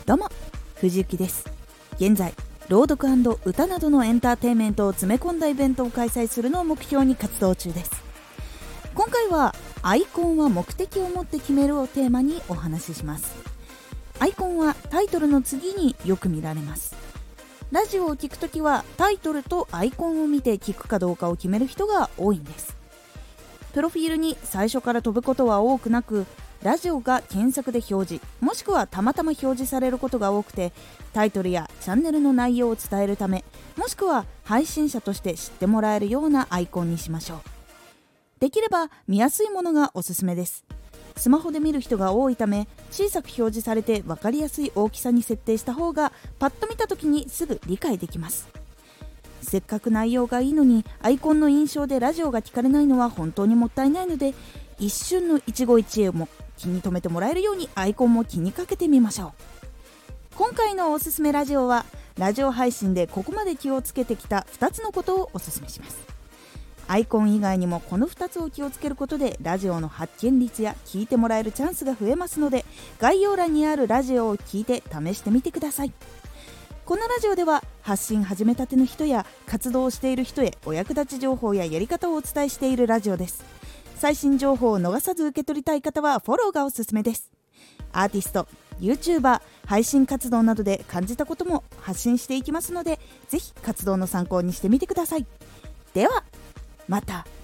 どうも藤幸です。現在朗読&歌などのエンターテインメントを詰め込んだイベントを開催するのを目標に活動中です。今回はアイコンは目的を持って決めるをテーマにお話しします。アイコンはタイトルの次によく見られます。ラジオを聞くときはタイトルとアイコンを見て聞くかどうかを決める人が多いんです。プロフィールに最初から飛ぶことは多くなく、ラジオが検索で表示もしくはたまたま表示されることが多くて、タイトルやチャンネルの内容を伝えるため、もしくは配信者として知ってもらえるようなアイコンにしましょう。できれば見やすいものがおすすめです。スマホで見る人が多いため、小さく表示されて分かりやすい大きさに設定した方がパッと見た時にすぐ理解できます。せっかく内容がいいのにアイコンの印象でラジオが聞かれないのは本当にもったいないので、一瞬の一期一会も気に留めてもらえるようにアイコンも気にかけてみましょう。今回のおすすめラジオは、ラジオ配信でここまで気をつけてきた2つのことをおすすめします。アイコン以外にもこの2つを気をつけることでラジオの発見率や聞いてもらえるチャンスが増えますので、概要欄にあるラジオを聞いて試してみてください。このラジオでは発信始めたての人や活動している人へお役立ち情報ややり方をお伝えしているラジオです。最新情報を逃さず受け取りたい方はフォローがおすすめです。アーティスト、YouTuber、配信活動などで感じたことも発信していきますので、ぜひ活動の参考にしてみてください。ではまた。